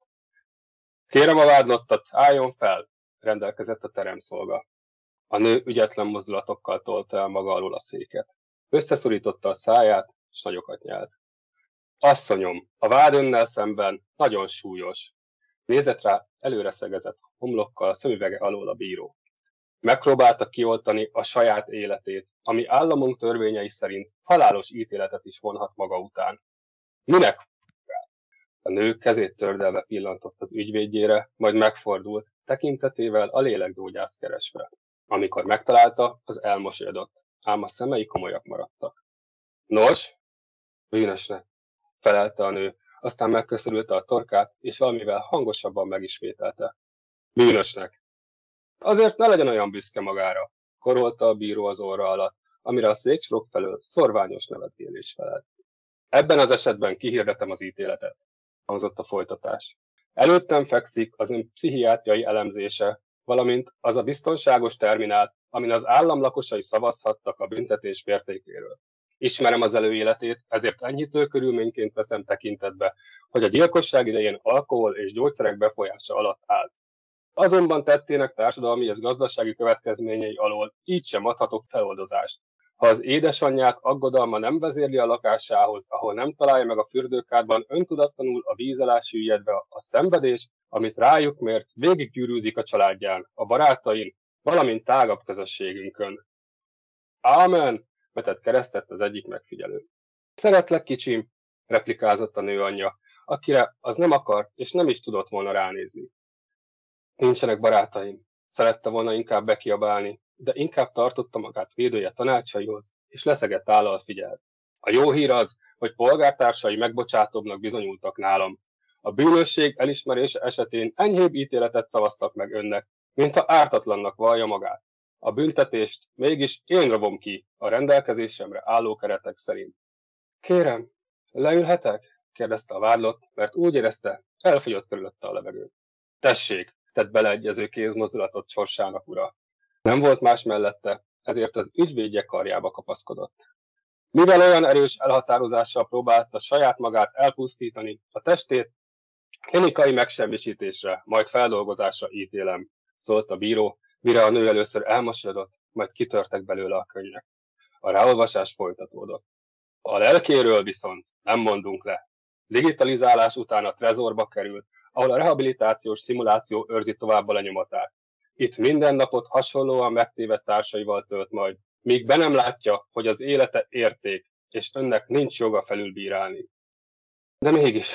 Kérem a vádlottat, álljon fel, rendelkezett a teremszolga. A nő ügyetlen mozdulatokkal tolta el maga alól a széket. Összeszorította a száját, s nagyokat nyelt. Asszonyom, a vád önnel szemben nagyon súlyos. Nézett rá előre szegezett homlokkal a szemüvege alól a bíró. Megpróbálta kioltani a saját életét, ami államunk törvényei szerint halálos ítéletet is vonhat maga után. Minek? A nő kezét tördelve pillantott az ügyvédjére, majd megfordult, tekintetével a lélekgyógyászt keresve. Amikor megtalálta, az elmosolyodott, ám a szemei komolyak maradtak. Nos, bűnösnek, felelte a nő, aztán megköszörülte a torkát, és valamivel hangosabban megismételte. Bűnösnek. Azért ne legyen olyan büszke magára, korolta a bíró az orra alatt, amire a széksorok felől szorványos nevetgélés felelt. Ebben az esetben kihirdetem az ítéletet, hangzott a folytatás. Előttem fekszik az ön pszichiátriai elemzése, valamint az a biztonságos terminál, amin az állam lakosai szavazhattak a büntetés mértékéről. Ismerem az előéletét, ezért enyhítő körülményként veszem tekintetbe, hogy a gyilkosság idején alkohol és gyógyszerek befolyása alatt állt. Azonban tettének társadalmi és gazdasági következményei alól így sem adhatok feloldozást. Ha az édesanyját aggodalma nem vezérli a lakásához, ahol nem találja meg a fürdőkádban öntudatlanul a víz alá süllyedve a szenvedés, amit rájuk mért, végiggyűrűzik a családján, a barátain, valamint tágabb közösségünkön. Ámen, vetett keresztet az egyik megfigyelő. Szeretlek, kicsim, replikázott a nő anyja, akire az nem akart és nem is tudott volna ránézni. Nincsenek barátaim, szerette volna inkább bekiabálni, de inkább tartotta magát védője tanácsaihoz, és leszegett állal figyelt. A jó hír az, hogy polgártársai megbocsátóbbnak bizonyultak nálam. A bűnösség elismerése esetén enyhébb ítéletet szavaztak meg önnek, mintha ártatlannak vallja magát. A büntetést mégis én rovom ki a rendelkezésemre álló keretek szerint. Kérem, leülhetek? Kérdezte a vádlott, mert úgy érezte, elfogyott körülötte a levegő. Tessék, tett beleegyező kézmozdulatot sorsának ura. Nem volt más mellette, ezért az ügyvédje karjába kapaszkodott. Mivel olyan erős elhatározással próbálta saját magát elpusztítani, a testét klinikai megsemmisítésre, majd feldolgozásra ítélem, szólt a bíró, mire a nő először elmosolyodott, majd kitörtek belőle a könnyek. A ráolvasás folytatódott. A lelkéről viszont nem mondunk le. Digitalizálás után a trezorba került, ahol a rehabilitációs szimuláció őrzi tovább a lenyomatát. Itt minden napot hasonlóan megtévedt társaival tölt majd, míg be nem látja, hogy az élete érték, és önnek nincs joga felülbírálni. De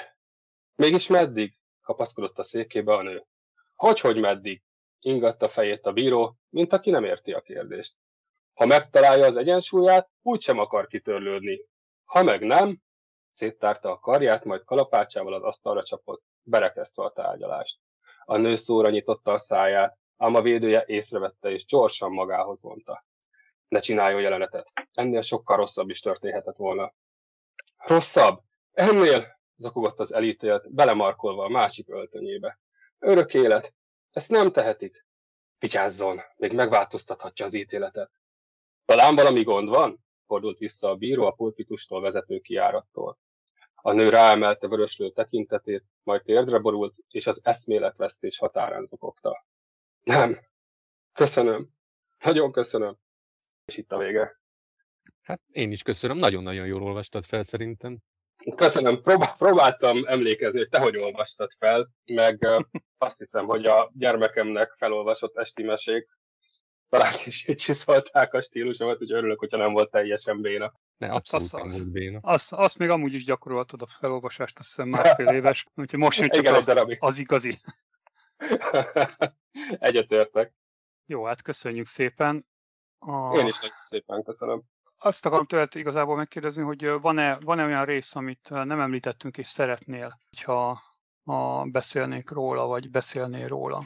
mégis meddig? Kapaszkodott a székébe a nő. Hogy meddig? Ingatta fejét a bíró, mint aki nem érti a kérdést. Ha megtalálja az egyensúlyát, úgysem akar kitörlődni. Ha meg nem, széttárta a karját, majd kalapácsával az asztalra csapott, berekesztve a tárgyalást. A nő szóra nyitotta a száját, ám a védője észrevette és gyorsan magához vonta. Ne csináljon jelenetet, ennél sokkal rosszabb is történhetett volna. Rosszabb? Ennél? Zakogott az elítélt, belemarkolva a másik öltönyébe. Örök élet, ezt nem tehetik. Vigyázzon, még megváltoztathatja az ítéletet. Talán valami gond van? Fordult vissza a bíró a pulpitustól vezető kijárattól. A nő ráemelte vöröslő tekintetét, majd térdre borult, és az eszméletvesztés határán zokogta. Nem. Köszönöm. Nagyon köszönöm. És itt a vége. Hát én is köszönöm, nagyon-nagyon jól olvastad fel szerintem. Köszönöm, próbáltam emlékezni, hogy te hogy olvastad fel, meg azt hiszem, hogy a gyermekemnek felolvasott esti mesék talán kicsit csiszolták a stílusomat, úgyhogy örülök, hogyha nem volt teljesen béna. Ne, abszolút nem volt béna. Azt még amúgy is gyakoroltad a felolvasást, azt hiszem másfél éves, úgyhogy most jön csak az igazi. Egyetértek. Jó, hát köszönjük szépen. Én is nagyon szépen köszönöm. Azt akarom tőled igazából megkérdezni, hogy van-e olyan rész, amit nem említettünk és szeretnél, hogyha beszélnék róla, vagy beszélnél róla?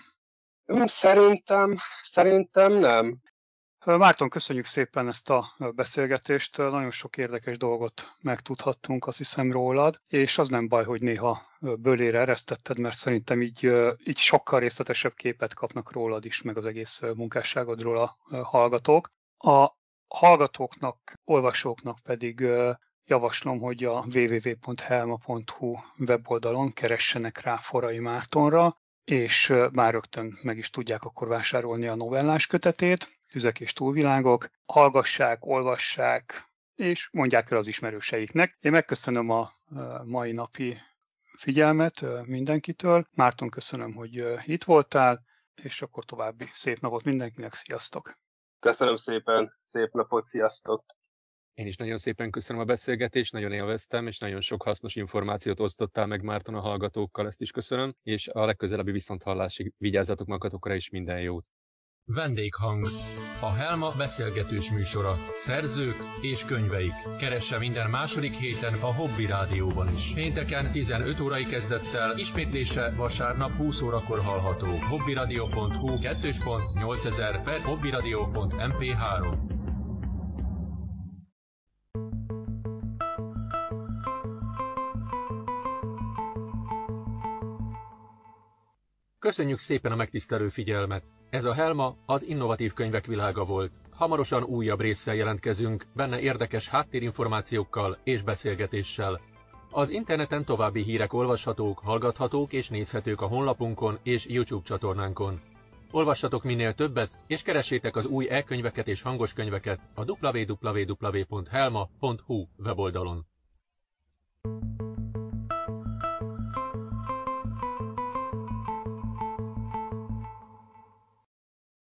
Szerintem nem. Márton, köszönjük szépen ezt a beszélgetést, nagyon sok érdekes dolgot megtudhattunk, azt hiszem rólad, és az nem baj, hogy néha bőlére eresztetted, mert szerintem így sokkal részletesebb képet kapnak rólad is, meg az egész munkásságodról a hallgatók. A hallgatóknak, olvasóknak pedig javaslom, hogy a www.helma.hu weboldalon keressenek rá Forrai Mártonra, és már rögtön meg is tudják akkor vásárolni a novellás kötetét, Tüzek és túlvilágok, hallgassák, olvassák, és mondják el az ismerőseiknek. Én megköszönöm a mai napi figyelmet mindenkitől. Márton, köszönöm, hogy itt voltál, és akkor további szép napot mindenkinek, sziasztok! Köszönöm szépen, szép napot, sziasztok! Én is nagyon szépen köszönöm a beszélgetést, nagyon élveztem, és nagyon sok hasznos információt osztottál meg Márton a hallgatókkal, ezt is köszönöm, és a legközelebbi viszonthallásig vigyázzatok magatokra, és minden jót! Vendéghang. A Helma beszélgetős műsora. Szerzők és könyveik. Keresse minden második héten a Hobby Rádióban is. Pénteken 15 órai kezdettel, ismétlése vasárnap 20 órakor hallható. hobbyradio.hu 2.8000 per hobbyradio.mp3. Köszönjük szépen a megtisztelő figyelmet! Ez a Helma az innovatív könyvek világa volt. Hamarosan újabb résszel jelentkezünk, benne érdekes háttérinformációkkal és beszélgetéssel. Az interneten további hírek olvashatók, hallgathatók és nézhetők a honlapunkon és YouTube csatornánkon. Olvassatok minél többet, és keressétek az új e-könyveket és hangos könyveket a www.helma.hu weboldalon.